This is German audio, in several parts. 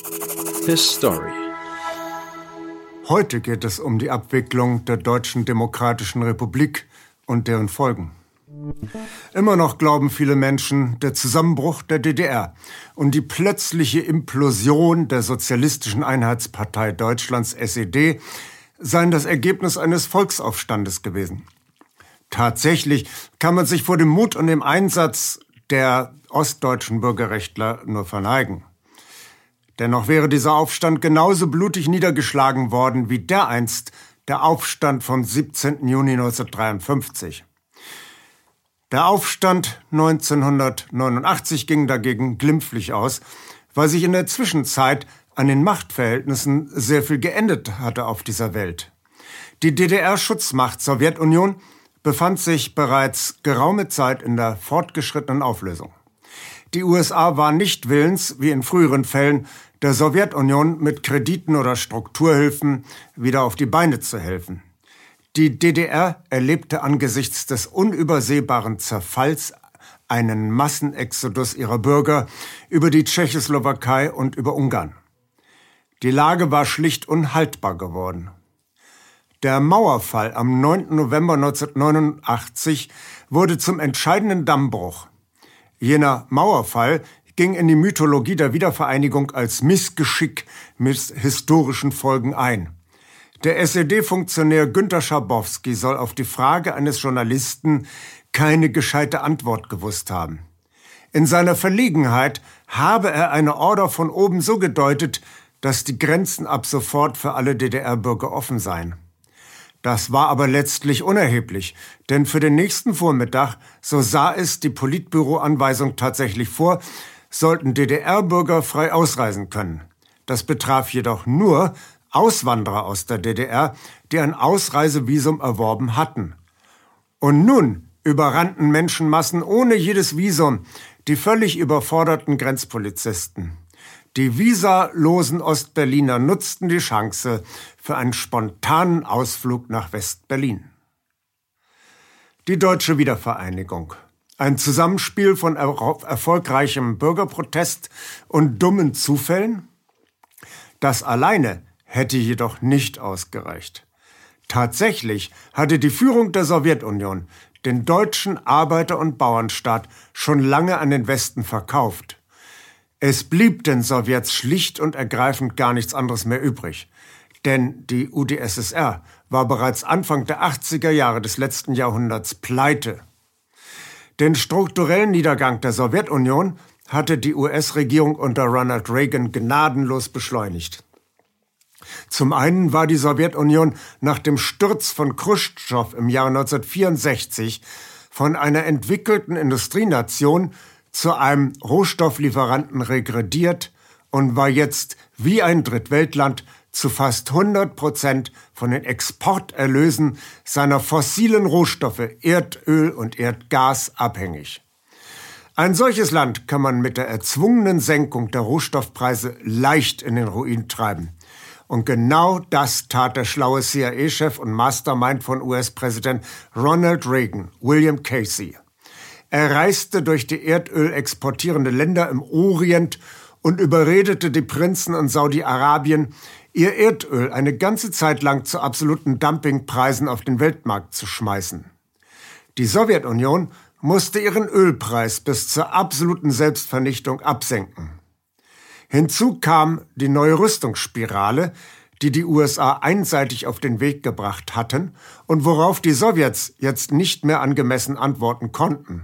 His Story. Heute geht es um die Abwicklung der Deutschen Demokratischen Republik und deren Folgen. Immer noch glauben viele Menschen, der Zusammenbruch der DDR und die plötzliche Implosion der Sozialistischen Einheitspartei Deutschlands SED seien das Ergebnis eines Volksaufstandes gewesen. Tatsächlich kann man sich vor dem Mut und dem Einsatz der ostdeutschen Bürgerrechtler nur verneigen. Dennoch wäre dieser Aufstand genauso blutig niedergeschlagen worden wie dereinst der Aufstand vom 17. Juni 1953. Der Aufstand 1989 ging dagegen glimpflich aus, weil sich in der Zwischenzeit an den Machtverhältnissen sehr viel geändert hatte auf dieser Welt. Die DDR-Schutzmacht Sowjetunion befand sich bereits geraume Zeit in der fortgeschrittenen Auflösung. Die USA waren nicht willens, wie in früheren Fällen, der Sowjetunion mit Krediten oder Strukturhilfen wieder auf die Beine zu helfen. Die DDR erlebte angesichts des unübersehbaren Zerfalls einen Massenexodus ihrer Bürger über die Tschechoslowakei und über Ungarn. Die Lage war schlicht unhaltbar geworden. Der Mauerfall am 9. November 1989 wurde zum entscheidenden Dammbruch. Jener Mauerfall ging in die Mythologie der Wiedervereinigung als Missgeschick mit historischen Folgen ein. Der SED-Funktionär Günter Schabowski soll auf die Frage eines Journalisten keine gescheite Antwort gewusst haben. In seiner Verlegenheit habe er eine Order von oben so gedeutet, dass die Grenzen ab sofort für alle DDR-Bürger offen seien. Das war aber letztlich unerheblich, denn für den nächsten Vormittag, so sah es die Politbüroanweisung tatsächlich vor, sollten DDR-Bürger frei ausreisen können. Das betraf jedoch nur Auswanderer aus der DDR, die ein Ausreisevisum erworben hatten. Und nun überrannten Menschenmassen ohne jedes Visum die völlig überforderten Grenzpolizisten. Die visalosen Ostberliner nutzten die Chance für einen spontanen Ausflug nach West-Berlin. Die deutsche Wiedervereinigung. Ein Zusammenspiel von erfolgreichem Bürgerprotest und dummen Zufällen? Das alleine hätte jedoch nicht ausgereicht. Tatsächlich hatte die Führung der Sowjetunion den deutschen Arbeiter- und Bauernstaat schon lange an den Westen verkauft. Es blieb den Sowjets schlicht und ergreifend gar nichts anderes mehr übrig. Denn die UdSSR war bereits Anfang der 80er Jahre des letzten Jahrhunderts pleite. Den strukturellen Niedergang der Sowjetunion hatte die US-Regierung unter Ronald Reagan gnadenlos beschleunigt. Zum einen war die Sowjetunion nach dem Sturz von Chruschtschow im Jahre 1964 von einer entwickelten Industrienation zu einem Rohstofflieferanten regrediert und war jetzt wie ein Drittweltland zu fast 100% von den Exporterlösen seiner fossilen Rohstoffe Erdöl und Erdgas abhängig. Ein solches Land kann man mit der erzwungenen Senkung der Rohstoffpreise leicht in den Ruin treiben. Und genau das tat der schlaue CIA-Chef und Mastermind von US-Präsident Ronald Reagan, William Casey. Er reiste durch die Erdöl exportierende Länder im Orient und überredete die Prinzen in Saudi-Arabien, ihr Erdöl eine ganze Zeit lang zu absoluten Dumpingpreisen auf den Weltmarkt zu schmeißen. Die Sowjetunion musste ihren Ölpreis bis zur absoluten Selbstvernichtung absenken. Hinzu kam die neue Rüstungsspirale, die die USA einseitig auf den Weg gebracht hatten und worauf die Sowjets jetzt nicht mehr angemessen antworten konnten.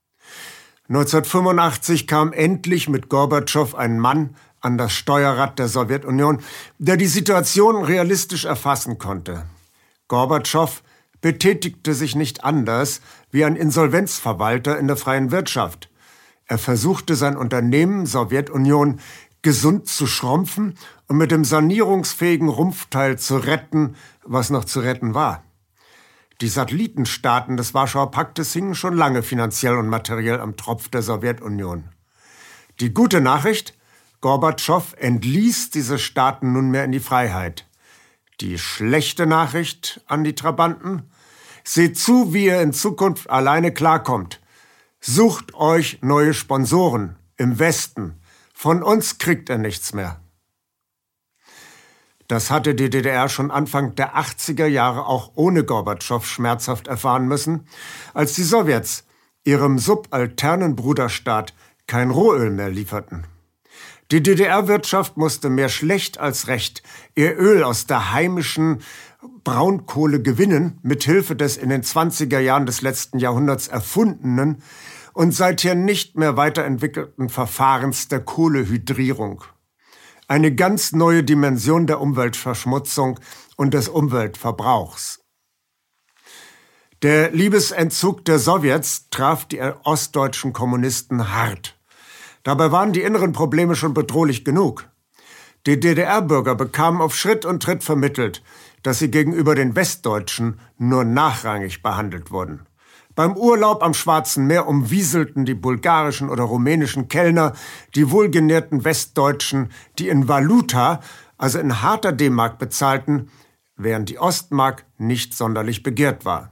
1985 kam endlich mit Gorbatschow ein Mann an das Steuerrad der Sowjetunion, der die Situation realistisch erfassen konnte. Gorbatschow betätigte sich nicht anders wie ein Insolvenzverwalter in der freien Wirtschaft. Er versuchte sein Unternehmen Sowjetunion gesund zu schrumpfen und mit dem sanierungsfähigen Rumpfteil zu retten, was noch zu retten war. Die Satellitenstaaten des Warschauer Paktes hingen schon lange finanziell und materiell am Tropf der Sowjetunion. Die gute Nachricht: Gorbatschow entließ diese Staaten nunmehr in die Freiheit. Die schlechte Nachricht an die Trabanten: Seht zu, wie ihr in Zukunft alleine klarkommt. Sucht euch neue Sponsoren im Westen. Von uns kriegt ihr nichts mehr. Das hatte die DDR schon Anfang der 80er Jahre auch ohne Gorbatschow schmerzhaft erfahren müssen, als die Sowjets ihrem subalternen Bruderstaat kein Rohöl mehr lieferten. Die DDR-Wirtschaft musste mehr schlecht als recht ihr Öl aus der heimischen Braunkohle gewinnen, mithilfe des in den 20er Jahren des letzten Jahrhunderts erfundenen und seither nicht mehr weiterentwickelten Verfahrens der Kohlehydrierung. Eine ganz neue Dimension der Umweltverschmutzung und des Umweltverbrauchs. Der Liebesentzug der Sowjets traf die ostdeutschen Kommunisten hart. Dabei waren die inneren Probleme schon bedrohlich genug. Die DDR-Bürger bekamen auf Schritt und Tritt vermittelt, dass sie gegenüber den Westdeutschen nur nachrangig behandelt wurden. Beim Urlaub am Schwarzen Meer umwieselten die bulgarischen oder rumänischen Kellner die wohlgenährten Westdeutschen, die in Valuta, also in harter D-Mark bezahlten, während die Ostmark nicht sonderlich begehrt war.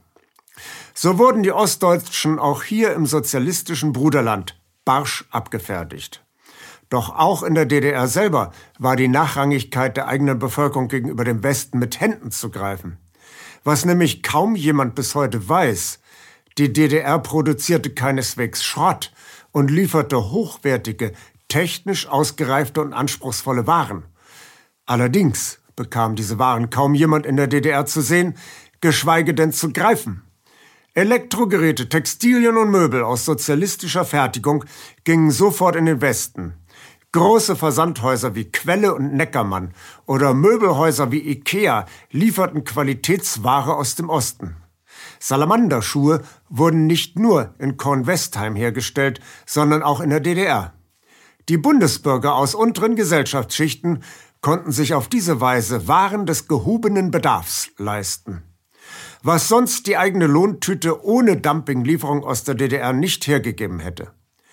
So wurden die Ostdeutschen auch hier im sozialistischen Bruderland barsch abgefertigt. Doch auch in der DDR selber war die Nachrangigkeit der eigenen Bevölkerung gegenüber dem Westen mit Händen zu greifen. Was nämlich kaum jemand bis heute weiß: Die DDR produzierte keineswegs Schrott und lieferte hochwertige, technisch ausgereifte und anspruchsvolle Waren. Allerdings bekam diese Waren kaum jemand in der DDR zu sehen, geschweige denn zu greifen. Elektrogeräte, Textilien und Möbel aus sozialistischer Fertigung gingen sofort in den Westen. Große Versandhäuser wie Quelle und Neckermann oder Möbelhäuser wie Ikea lieferten Qualitätsware aus dem Osten. Salamanderschuhe wurden nicht nur in Kornwestheim hergestellt, sondern auch in der DDR. Die Bundesbürger aus unteren Gesellschaftsschichten konnten sich auf diese Weise Waren des gehobenen Bedarfs leisten. Was sonst die eigene Lohntüte ohne Dumpinglieferung aus der DDR nicht hergegeben hätte.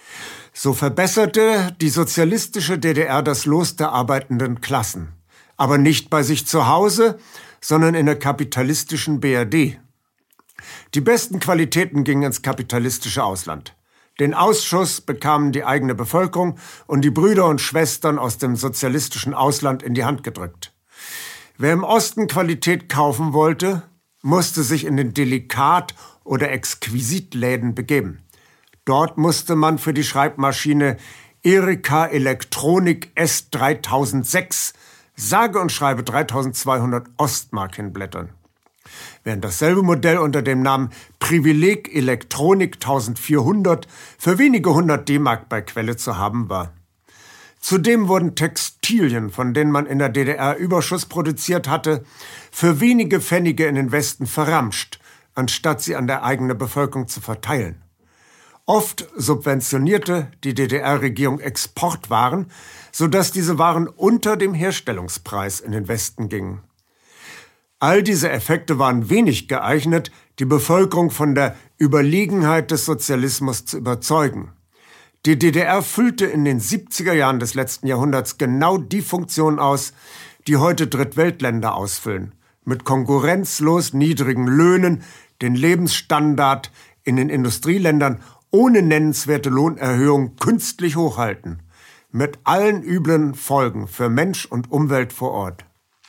So verbesserte die sozialistische DDR das Los der arbeitenden Klassen. Aber nicht bei sich zu Hause, sondern in der kapitalistischen BRD. Die besten Qualitäten gingen ins kapitalistische Ausland. Den Ausschuss bekamen die eigene Bevölkerung und die Brüder und Schwestern aus dem sozialistischen Ausland in die Hand gedrückt. Wer im Osten Qualität kaufen wollte, musste sich in den Delikat- oder Exquisitläden begeben. Dort musste man für die Schreibmaschine Erika Elektronik S3006 sage und schreibe 3200 Ostmark hinblättern. Während dasselbe Modell unter dem Namen Privileg Elektronik 1400 für wenige 100 D-Mark bei Quelle zu haben war. Zudem wurden Textilien, von denen man in der DDR Überschuss produziert hatte, für wenige Pfennige in den Westen verramscht, anstatt sie an der eigenen Bevölkerung zu verteilen. Oft subventionierte die DDR-Regierung Exportwaren, sodass diese Waren unter dem Herstellungspreis in den Westen gingen. All diese Effekte waren wenig geeignet, die Bevölkerung von der Überlegenheit des Sozialismus zu überzeugen. Die DDR füllte in den 70er Jahren des letzten Jahrhunderts genau die Funktion aus, die heute Drittweltländer ausfüllen, mit konkurrenzlos niedrigen Löhnen den Lebensstandard in den Industrieländern ohne nennenswerte Lohnerhöhung künstlich hochhalten, mit allen üblen Folgen für Mensch und Umwelt vor Ort.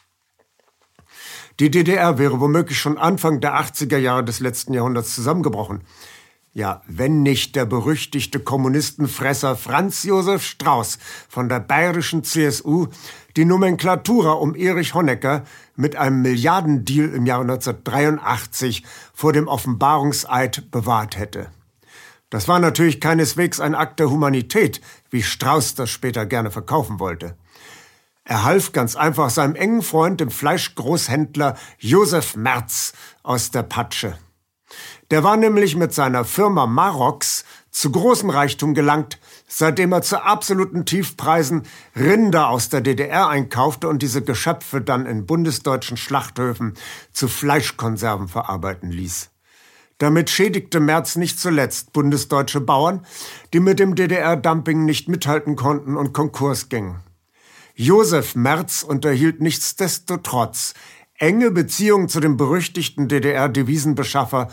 Die DDR wäre womöglich schon Anfang der 80er Jahre des letzten Jahrhunderts zusammengebrochen. Ja, wenn nicht der berüchtigte Kommunistenfresser Franz Josef Strauß von der bayerischen CSU die Nomenklatura um Erich Honecker mit einem Milliardendeal im Jahr 1983 vor dem Offenbarungseid bewahrt hätte. Das war natürlich keineswegs ein Akt der Humanität, wie Strauß das später gerne verkaufen wollte. Er half ganz einfach seinem engen Freund, dem Fleischgroßhändler Josef Merz, aus der Patsche. Der war nämlich mit seiner Firma Marox zu großem Reichtum gelangt, seitdem er zu absoluten Tiefpreisen Rinder aus der DDR einkaufte und diese Geschöpfe dann in bundesdeutschen Schlachthöfen zu Fleischkonserven verarbeiten ließ. Damit schädigte Merz nicht zuletzt bundesdeutsche Bauern, die mit dem DDR-Dumping nicht mithalten konnten und Konkurs gingen. Josef Merz unterhielt nichtsdestotrotz enge Beziehungen zu dem berüchtigten DDR-Devisenbeschaffer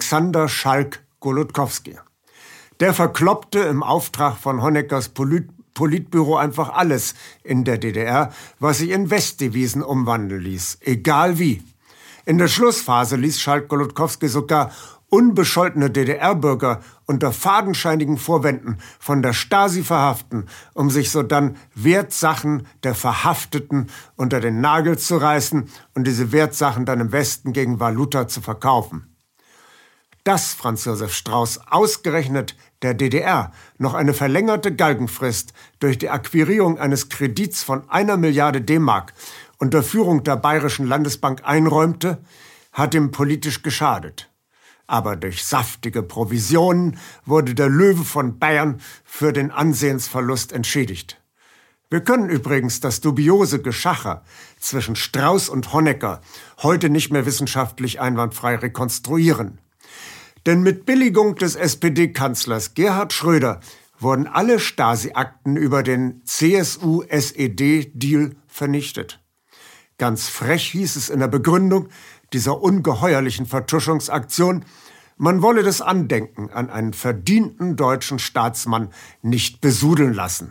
Alexander Schalk-Golodkowski. Der verkloppte im Auftrag von Honeckers Politbüro einfach alles in der DDR, was sich in Westdevisen umwandeln ließ, egal wie. In der Schlussphase ließ Schalk-Golodkowski sogar unbescholtene DDR-Bürger unter fadenscheinigen Vorwänden von der Stasi verhaften, um sich sodann Wertsachen der Verhafteten unter den Nagel zu reißen und diese Wertsachen dann im Westen gegen Valuta zu verkaufen. Dass Franz Josef Strauß ausgerechnet der DDR noch eine verlängerte Galgenfrist durch die Akquirierung eines Kredits von 1 Milliarde D-Mark unter Führung der Bayerischen Landesbank einräumte, hat ihm politisch geschadet. Aber durch saftige Provisionen wurde der Löwe von Bayern für den Ansehensverlust entschädigt. Wir können übrigens das dubiose Geschacher zwischen Strauß und Honecker heute nicht mehr wissenschaftlich einwandfrei rekonstruieren. Denn mit Billigung des SPD-Kanzlers Gerhard Schröder wurden alle Stasi-Akten über den CSU-SED-Deal vernichtet. Ganz frech hieß es in der Begründung dieser ungeheuerlichen Vertuschungsaktion, man wolle das Andenken an einen verdienten deutschen Staatsmann nicht besudeln lassen.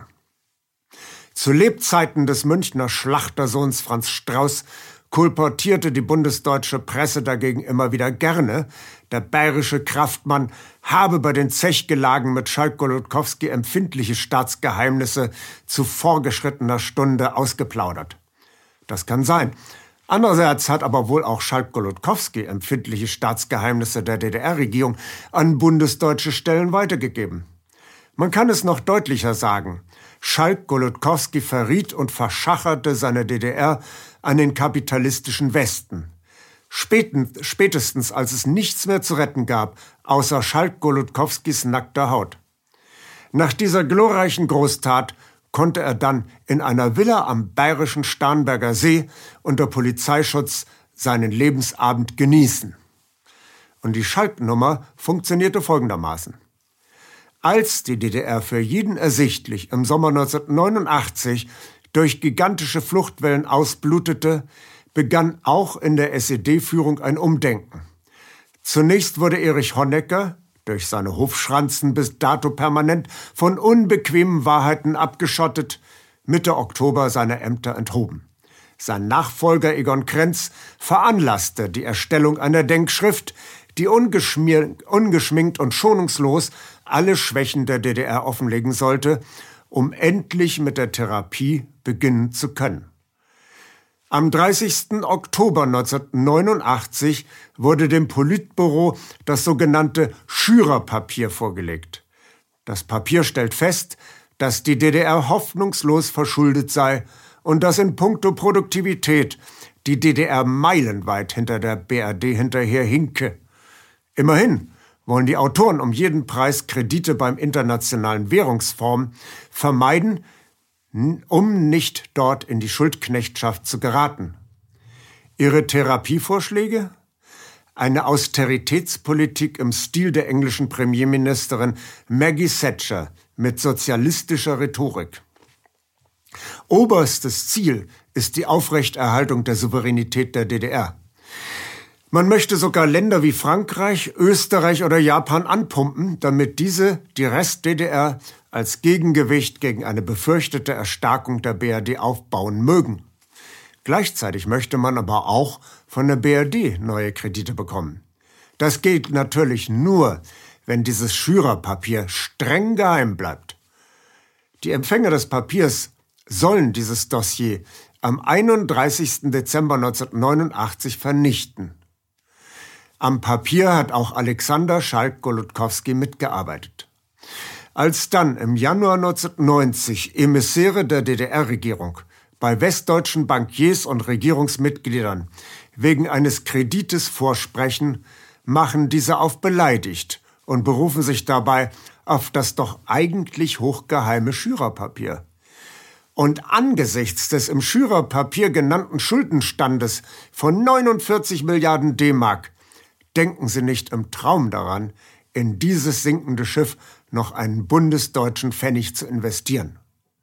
Zu Lebzeiten des Münchner Schlachtersohns Franz Strauß kolportierte die bundesdeutsche Presse dagegen immer wieder gerne, der bayerische Kraftmann habe bei den Zechgelagen mit Schalk-Golodkowski empfindliche Staatsgeheimnisse zu vorgeschrittener Stunde ausgeplaudert. Das kann sein. Andererseits hat aber wohl auch Schalk-Golodkowski empfindliche Staatsgeheimnisse der DDR-Regierung an bundesdeutsche Stellen weitergegeben. Man kann es noch deutlicher sagen. Schalk-Golodkowski verriet und verschacherte seine DDR an den kapitalistischen Westen. Spätestens als es nichts mehr zu retten gab, außer Schalk-Golodkowskis nackter Haut. Nach dieser glorreichen Großtat konnte er dann in einer Villa am bayerischen Starnberger See unter Polizeischutz seinen Lebensabend genießen. Und die Schalk-Nummer funktionierte folgendermaßen. Als die DDR für jeden ersichtlich im Sommer 1989 durch gigantische Fluchtwellen ausblutete, begann auch in der SED-Führung ein Umdenken. Zunächst wurde Erich Honecker, durch seine Hofschranzen bis dato permanent von unbequemen Wahrheiten abgeschottet, Mitte Oktober seiner Ämter enthoben. Sein Nachfolger Egon Krenz veranlasste die Erstellung einer Denkschrift, die ungeschminkt und schonungslos alle Schwächen der DDR offenlegen sollte, um endlich mit der Therapie beginnen zu können. Am 30. Oktober 1989 wurde dem Politbüro das sogenannte Schürerpapier vorgelegt. Das Papier stellt fest, dass die DDR hoffnungslos verschuldet sei und dass in puncto Produktivität die DDR meilenweit hinter der BRD hinterherhinke. Immerhin wollen die Autoren um jeden Preis Kredite beim Internationalen Währungsfonds vermeiden, um nicht dort in die Schuldknechtschaft zu geraten. Ihre Therapievorschläge? Eine Austeritätspolitik im Stil der englischen Premierministerin Maggie Thatcher mit sozialistischer Rhetorik. Oberstes Ziel ist die Aufrechterhaltung der Souveränität der DDR. Man möchte sogar Länder wie Frankreich, Österreich oder Japan anpumpen, damit diese die Rest-DDR als Gegengewicht gegen eine befürchtete Erstarkung der BRD aufbauen mögen. Gleichzeitig möchte man aber auch von der BRD neue Kredite bekommen. Das geht natürlich nur, wenn dieses Schürerpapier streng geheim bleibt. Die Empfänger des Papiers sollen dieses Dossier am 31. Dezember 1989 vernichten. Am Papier hat auch Alexander Schalk-Golodkowski mitgearbeitet. Als dann im Januar 1990 Emissäre der DDR-Regierung bei westdeutschen Bankiers und Regierungsmitgliedern wegen eines Kredites vorsprechen, machen diese auf beleidigt und berufen sich dabei auf das doch eigentlich hochgeheime Schürerpapier. Und angesichts des im Schürerpapier genannten Schuldenstandes von 49 Milliarden D-Mark denken Sie nicht im Traum daran, in dieses sinkende Schiff noch einen bundesdeutschen Pfennig zu investieren.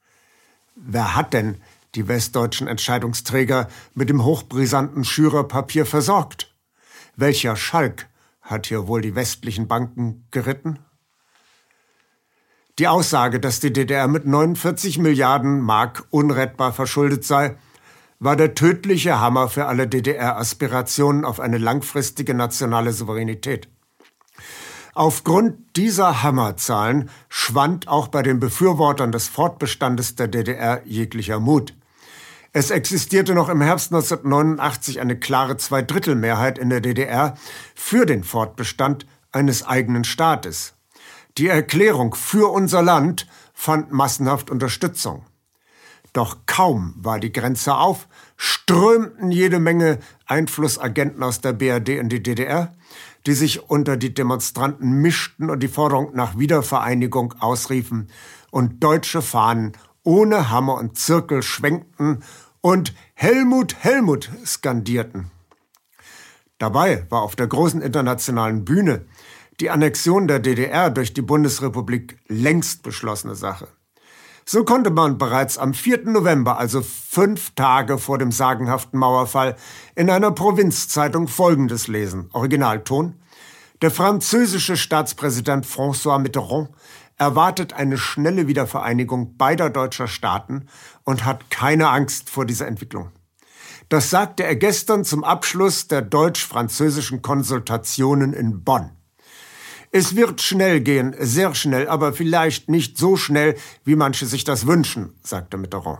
Wer hat denn die westdeutschen Entscheidungsträger mit dem hochbrisanten Schürerpapier versorgt? Welcher Schalk hat hier wohl die westlichen Banken geritten? Die Aussage, dass die DDR mit 49 Milliarden Mark unrettbar verschuldet sei, war der tödliche Hammer für alle DDR-Aspirationen auf eine langfristige nationale Souveränität. Aufgrund dieser Hammerzahlen schwand auch bei den Befürwortern des Fortbestandes der DDR jeglicher Mut. Es existierte noch im Herbst 1989 eine klare Zweidrittelmehrheit in der DDR für den Fortbestand eines eigenen Staates. Die Erklärung für unser Land fand massenhaft Unterstützung. Doch kaum war die Grenze auf, strömten jede Menge Einflussagenten aus der BRD in die DDR, die sich unter die Demonstranten mischten und die Forderung nach Wiedervereinigung ausriefen und deutsche Fahnen ohne Hammer und Zirkel schwenkten und Helmut, Helmut skandierten. Dabei war auf der großen internationalen Bühne die Annexion der DDR durch die Bundesrepublik längst beschlossene Sache. So konnte man bereits am 4. November, also 5 Tage vor dem sagenhaften Mauerfall, in einer Provinzzeitung Folgendes lesen. Originalton: Der französische Staatspräsident François Mitterrand erwartet eine schnelle Wiedervereinigung beider deutscher Staaten und hat keine Angst vor dieser Entwicklung. Das sagte er gestern zum Abschluss der deutsch-französischen Konsultationen in Bonn. Es wird schnell gehen, sehr schnell, aber vielleicht nicht so schnell, wie manche sich das wünschen, sagte Mitterrand.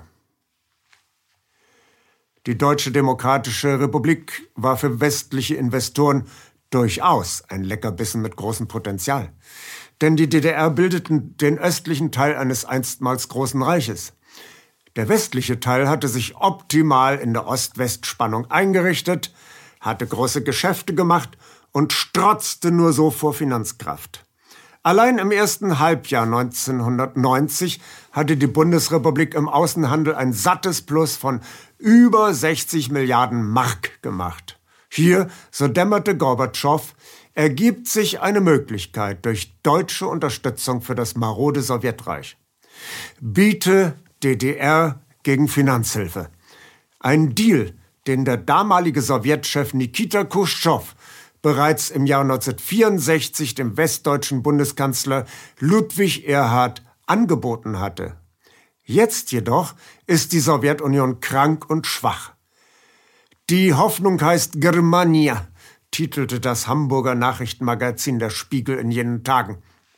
Die Deutsche Demokratische Republik war für westliche Investoren durchaus ein Leckerbissen mit großem Potenzial. Denn die DDR bildeten den östlichen Teil eines einstmals großen Reiches. Der westliche Teil hatte sich optimal in der Ost-West-Spannung eingerichtet, hatte große Geschäfte gemacht und strotzte nur so vor Finanzkraft. Allein im ersten Halbjahr 1990 hatte die Bundesrepublik im Außenhandel ein sattes Plus von über 60 Milliarden Mark gemacht. Hier, so dämmerte Gorbatschow, ergibt sich eine Möglichkeit durch deutsche Unterstützung für das marode Sowjetreich. Biete DDR gegen Finanzhilfe. Ein Deal, den der damalige Sowjetchef Nikita Chruschtschow bereits im Jahr 1964 dem westdeutschen Bundeskanzler Ludwig Erhard angeboten hatte. Jetzt jedoch ist die Sowjetunion krank und schwach. Die Hoffnung heißt Germania, titelte das Hamburger Nachrichtenmagazin Der Spiegel in jenen Tagen.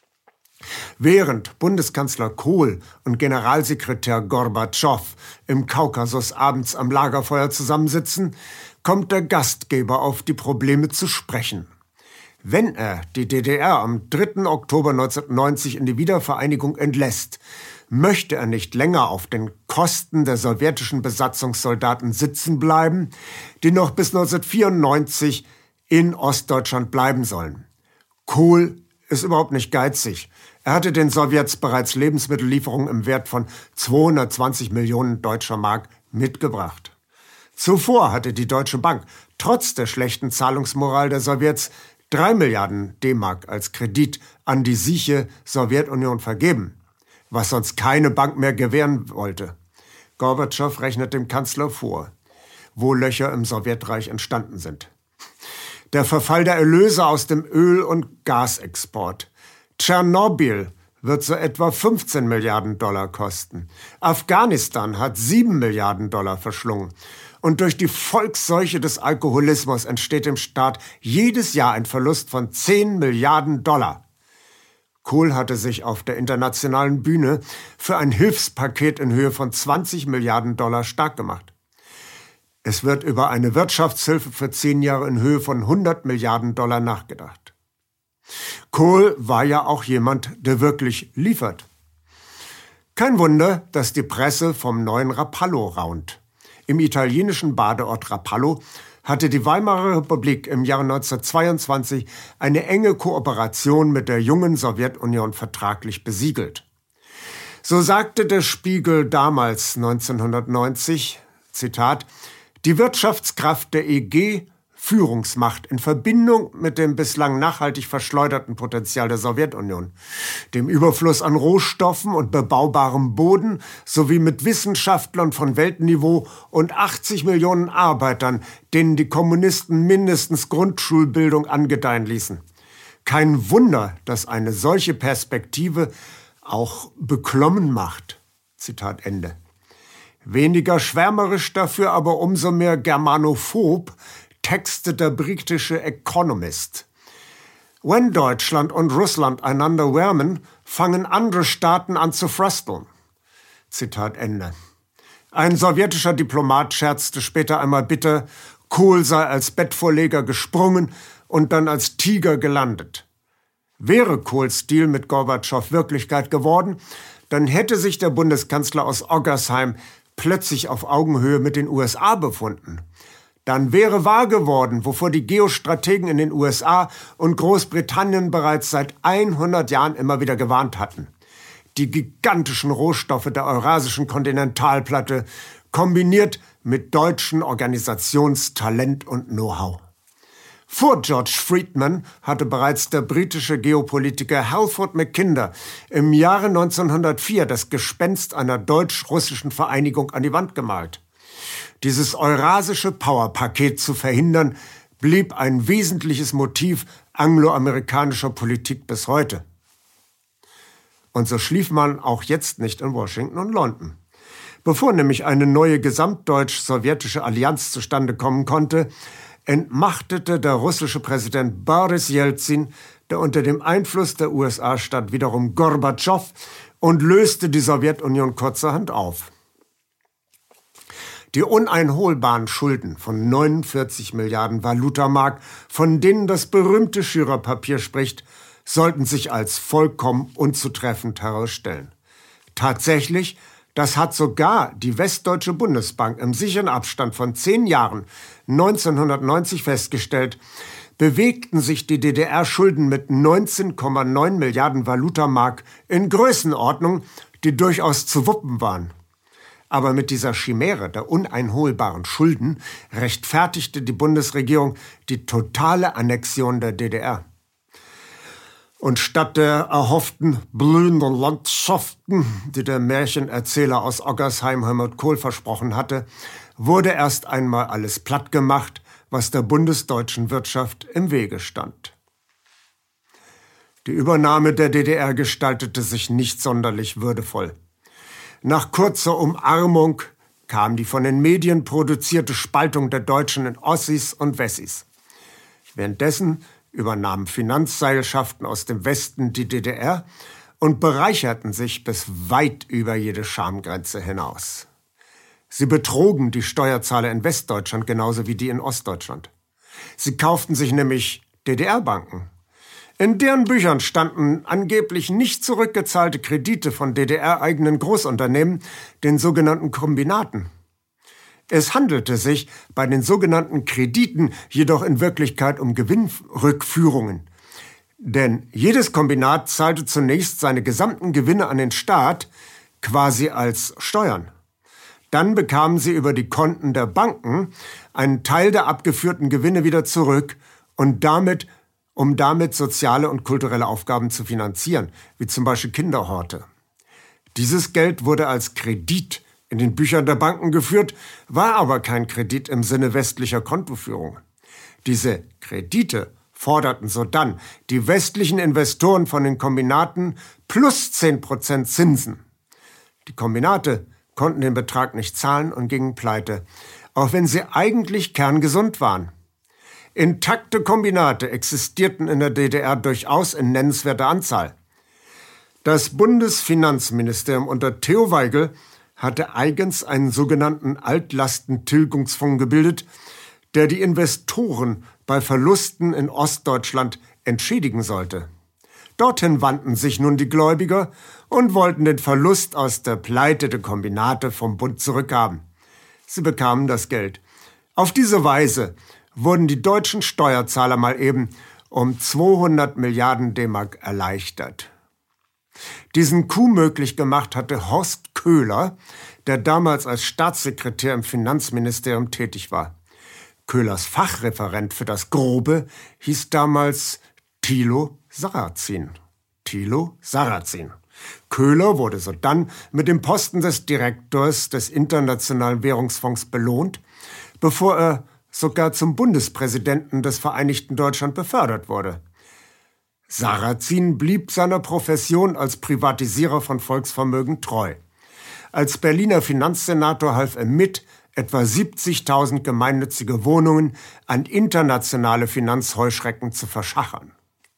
Während Bundeskanzler Kohl und Generalsekretär Gorbatschow im Kaukasus abends am Lagerfeuer zusammensitzen, kommt der Gastgeber auf die Probleme zu sprechen. Wenn er die DDR am 3. Oktober 1990 in die Wiedervereinigung entlässt, möchte er nicht länger auf den Kosten der sowjetischen Besatzungssoldaten sitzen bleiben, die noch bis 1994 in Ostdeutschland bleiben sollen. Kohl ist überhaupt nicht geizig. Er hatte den Sowjets bereits Lebensmittellieferungen im Wert von 220 Millionen deutscher Mark mitgebracht. Zuvor hatte die Deutsche Bank trotz der schlechten Zahlungsmoral der Sowjets 3 Milliarden D-Mark als Kredit an die sieche Sowjetunion vergeben, was sonst keine Bank mehr gewähren wollte. Gorbatschow rechnet dem Kanzler vor, wo Löcher im Sowjetreich entstanden sind. Der Verfall der Erlöse aus dem Öl- und Gasexport. Tschernobyl wird so etwa 15 Milliarden Dollar kosten. Afghanistan hat 7 Milliarden Dollar verschlungen. Und durch die Volksseuche des Alkoholismus entsteht dem Staat jedes Jahr ein Verlust von 10 Milliarden Dollar. Kohl hatte sich auf der internationalen Bühne für ein Hilfspaket in Höhe von 20 Milliarden Dollar stark gemacht. Es wird über eine Wirtschaftshilfe für 10 Jahre in Höhe von 100 Milliarden Dollar nachgedacht. Kohl war ja auch jemand, der wirklich liefert. Kein Wunder, dass die Presse vom neuen Rapallo raunt. Im italienischen Badeort Rapallo hatte die Weimarer Republik im Jahre 1922 eine enge Kooperation mit der jungen Sowjetunion vertraglich besiegelt. So sagte der Spiegel damals 1990, Zitat, die Wirtschaftskraft der EG Führungsmacht in Verbindung mit dem bislang nachhaltig verschleuderten Potenzial der Sowjetunion, dem Überfluss an Rohstoffen und bebaubarem Boden sowie mit Wissenschaftlern von Weltniveau und 80 Millionen Arbeitern, denen die Kommunisten mindestens Grundschulbildung angedeihen ließen. Kein Wunder, dass eine solche Perspektive auch beklommen macht. Zitat Ende. Weniger schwärmerisch dafür, aber umso mehr germanophob textet der britische Economist. Wenn Deutschland und Russland einander wärmen, fangen andere Staaten an zu frösteln. Zitat Ende. Ein sowjetischer Diplomat scherzte später einmal bitter, Kohl sei als Bettvorleger gesprungen und dann als Tiger gelandet. Wäre Kohls Deal mit Gorbatschow Wirklichkeit geworden, dann hätte sich der Bundeskanzler aus Oggersheim plötzlich auf Augenhöhe mit den USA befunden. Dann wäre wahr geworden, wovor die Geostrategen in den USA und Großbritannien bereits seit 100 Jahren immer wieder gewarnt hatten. Die gigantischen Rohstoffe der eurasischen Kontinentalplatte kombiniert mit deutschen Organisationstalent und Know-how. Vor George Friedman hatte bereits der britische Geopolitiker Halford Mackinder im Jahre 1904 das Gespenst einer deutsch-russischen Vereinigung an die Wand gemalt. Dieses eurasische Powerpaket zu verhindern, blieb ein wesentliches Motiv angloamerikanischer Politik bis heute. Und so schlief man auch jetzt nicht in Washington und London. Bevor nämlich eine neue gesamtdeutsch-sowjetische Allianz zustande kommen konnte, entmachtete der russische Präsident Boris Jelzin, der unter dem Einfluss der USA stand, wiederum Gorbatschow und löste die Sowjetunion kurzerhand auf. Die uneinholbaren Schulden von 49 Milliarden Valutamark, von denen das berühmte Schirerpapier spricht, sollten sich als vollkommen unzutreffend herausstellen. Tatsächlich, das hat sogar die Westdeutsche Bundesbank im sicheren Abstand von 10 Jahren 1990 festgestellt, bewegten sich die DDR-Schulden mit 19,9 Milliarden Valutamark in Größenordnung, die durchaus zu wuppen waren. Aber mit dieser Chimäre der uneinholbaren Schulden rechtfertigte die Bundesregierung die totale Annexion der DDR. Und statt der erhofften blühenden Landschaften, die der Märchenerzähler aus Oggersheim Helmut Kohl versprochen hatte, wurde erst einmal alles plattgemacht, was der bundesdeutschen Wirtschaft im Wege stand. Die Übernahme der DDR gestaltete sich nicht sonderlich würdevoll. Nach kurzer Umarmung kam die von den Medien produzierte Spaltung der Deutschen in Ossis und Wessis. Währenddessen übernahmen Finanzseilschaften aus dem Westen die DDR und bereicherten sich bis weit über jede Schamgrenze hinaus. Sie betrogen die Steuerzahler in Westdeutschland genauso wie die in Ostdeutschland. Sie kauften sich nämlich DDR-Banken. In deren Büchern standen angeblich nicht zurückgezahlte Kredite von DDR-eigenen Großunternehmen, den sogenannten Kombinaten. Es handelte sich bei den sogenannten Krediten jedoch in Wirklichkeit um Gewinnrückführungen. Denn jedes Kombinat zahlte zunächst seine gesamten Gewinne an den Staat, quasi als Steuern. Dann bekamen sie über die Konten der Banken einen Teil der abgeführten Gewinne wieder zurück und um damit soziale und kulturelle Aufgaben zu finanzieren, wie zum Beispiel Kinderhorte. Dieses Geld wurde als Kredit in den Büchern der Banken geführt, war aber kein Kredit im Sinne westlicher Kontoführung. Diese Kredite forderten sodann die westlichen Investoren von den Kombinaten plus 10% Zinsen. Die Kombinate konnten den Betrag nicht zahlen und gingen pleite, auch wenn sie eigentlich kerngesund waren. Intakte Kombinate existierten in der DDR durchaus in nennenswerter Anzahl. Das Bundesfinanzministerium unter Theo Weigel hatte eigens einen sogenannten Altlastentilgungsfonds gebildet, der die Investoren bei Verlusten in Ostdeutschland entschädigen sollte. Dorthin wandten sich nun die Gläubiger und wollten den Verlust aus der Pleite der Kombinate vom Bund zurückhaben. Sie bekamen das Geld. Auf diese Weise wurden die deutschen Steuerzahler mal eben um 200 Milliarden D-Mark erleichtert. Diesen Coup möglich gemacht hatte Horst Köhler, der damals als Staatssekretär im Finanzministerium tätig war. Köhlers Fachreferent für das Grobe hieß damals Thilo Sarrazin. Köhler wurde sodann mit dem Posten des Direktors des Internationalen Währungsfonds belohnt, bevor er sogar zum Bundespräsidenten des Vereinigten Deutschland befördert wurde. Sarrazin blieb seiner Profession als Privatisierer von Volksvermögen treu. Als Berliner Finanzsenator half er mit, etwa 70.000 gemeinnützige Wohnungen an internationale Finanzheuschrecken zu verschachern.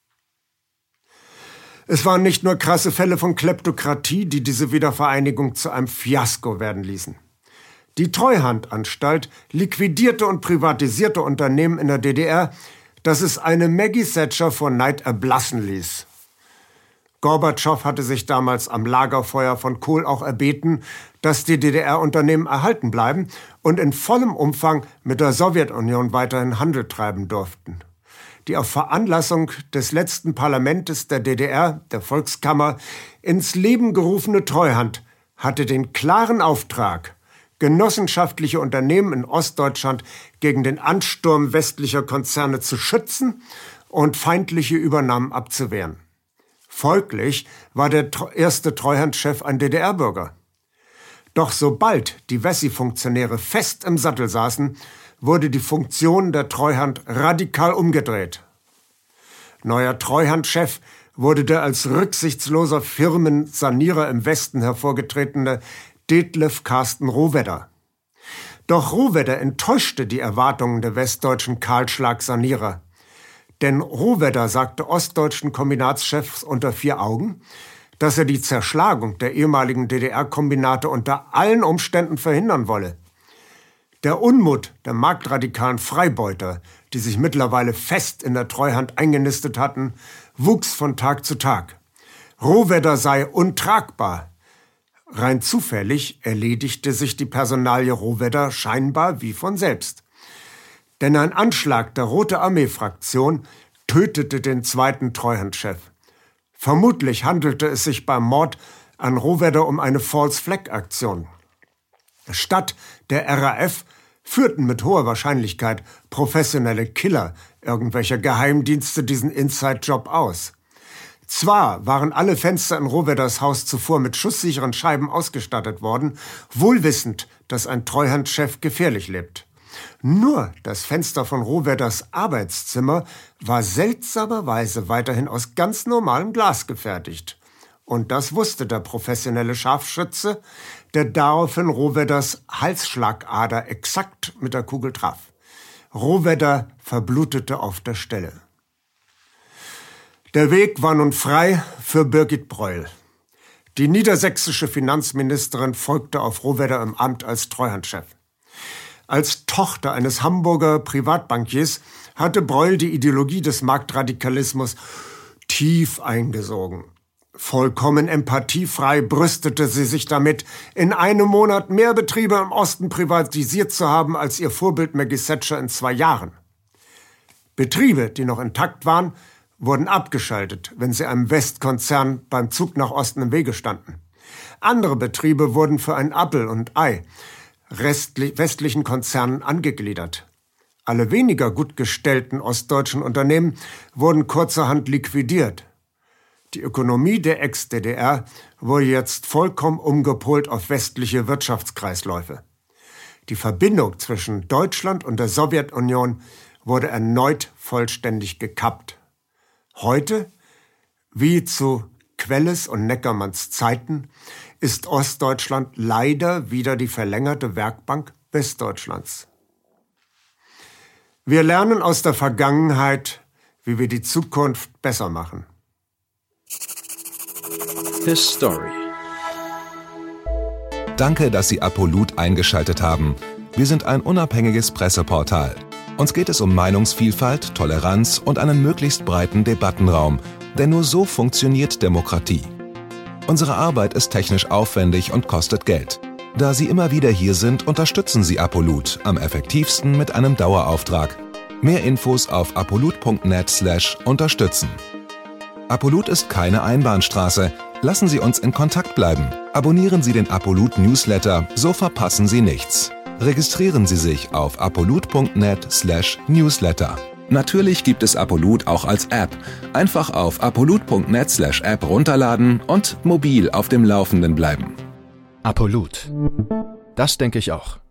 Es waren nicht nur krasse Fälle von Kleptokratie, die diese Wiedervereinigung zu einem Fiasko werden ließen. Die Treuhandanstalt liquidierte und privatisierte Unternehmen in der DDR, dass es eine Maggie Thatcher vor Neid erblassen ließ. Gorbatschow hatte sich damals am Lagerfeuer von Kohl auch erbeten, dass die DDR-Unternehmen erhalten bleiben und in vollem Umfang mit der Sowjetunion weiterhin Handel treiben durften. Die auf Veranlassung des letzten Parlamentes der DDR, der Volkskammer, ins Leben gerufene Treuhand hatte den klaren Auftrag, genossenschaftliche Unternehmen in Ostdeutschland gegen den Ansturm westlicher Konzerne zu schützen und feindliche Übernahmen abzuwehren. Folglich war der erste Treuhandchef ein DDR-Bürger. Doch sobald die Wessi-Funktionäre fest im Sattel saßen, wurde die Funktion der Treuhand radikal umgedreht. Neuer Treuhandchef wurde der als rücksichtsloser Firmensanierer im Westen hervorgetretene Detlef Carsten Rohwedder. Doch Rohwedder enttäuschte die Erwartungen der westdeutschen Kahlschlag-Sanierer. Denn Rohwedder sagte ostdeutschen Kombinatschefs unter vier Augen, dass er die Zerschlagung der ehemaligen DDR-Kombinate unter allen Umständen verhindern wolle. Der Unmut der marktradikalen Freibeuter, die sich mittlerweile fest in der Treuhand eingenistet hatten, wuchs von Tag zu Tag. Rohwedder sei untragbar. Rein zufällig erledigte sich die Personalie Rohwedder scheinbar wie von selbst. Denn ein Anschlag der Rote Armee-Fraktion tötete den zweiten Treuhandchef. Vermutlich handelte es sich beim Mord an Rohwedder um eine False-Flag-Aktion. Statt der RAF führten mit hoher Wahrscheinlichkeit professionelle Killer irgendwelcher Geheimdienste diesen Inside-Job aus. Zwar waren alle Fenster in Rohwedders Haus zuvor mit schusssicheren Scheiben ausgestattet worden, wohlwissend, dass ein Treuhandchef gefährlich lebt. Nur das Fenster von Rohwedders Arbeitszimmer war seltsamerweise weiterhin aus ganz normalem Glas gefertigt. Und das wusste der professionelle Scharfschütze, der daraufhin Rohwedders Halsschlagader exakt mit der Kugel traf. Rohwedder verblutete auf der Stelle. Der Weg war nun frei für Birgit Breuel. Die niedersächsische Finanzministerin folgte auf Rohwedder im Amt als Treuhandchef. Als Tochter eines Hamburger Privatbankiers hatte Breuel die Ideologie des Marktradikalismus tief eingesogen. Vollkommen empathiefrei brüstete sie sich damit, in einem Monat mehr Betriebe im Osten privatisiert zu haben als ihr Vorbild Maggie Thatcher in 2 Jahren. Betriebe, die noch intakt waren, wurden abgeschaltet, wenn sie einem Westkonzern beim Zug nach Osten im Wege standen. Andere Betriebe wurden für ein Apfel und Ei westlichen Konzernen angegliedert. Alle weniger gut gestellten ostdeutschen Unternehmen wurden kurzerhand liquidiert. Die Ökonomie der Ex-DDR wurde jetzt vollkommen umgepolt auf westliche Wirtschaftskreisläufe. Die Verbindung zwischen Deutschland und der Sowjetunion wurde erneut vollständig gekappt. Heute, wie zu Quelles und Neckermanns Zeiten, ist Ostdeutschland leider wieder die verlängerte Werkbank Westdeutschlands. Wir lernen aus der Vergangenheit, wie wir die Zukunft besser machen. His Story. Danke, dass Sie Apolut eingeschaltet haben. Wir sind ein unabhängiges Presseportal. Uns geht es um Meinungsvielfalt, Toleranz und einen möglichst breiten Debattenraum, denn nur so funktioniert Demokratie. Unsere Arbeit ist technisch aufwendig und kostet Geld. Da Sie immer wieder hier sind, unterstützen Sie Apolut am effektivsten mit einem Dauerauftrag. Mehr Infos auf apolut.net/unterstützen. Apolut ist keine Einbahnstraße. Lassen Sie uns in Kontakt bleiben. Abonnieren Sie den Apolut Newsletter, so verpassen Sie nichts. Registrieren Sie sich auf apolut.net/newsletter. Natürlich gibt es Apolut auch als App. Einfach auf apolut.net/app runterladen und mobil auf dem Laufenden bleiben. Apolut. Das denke ich auch.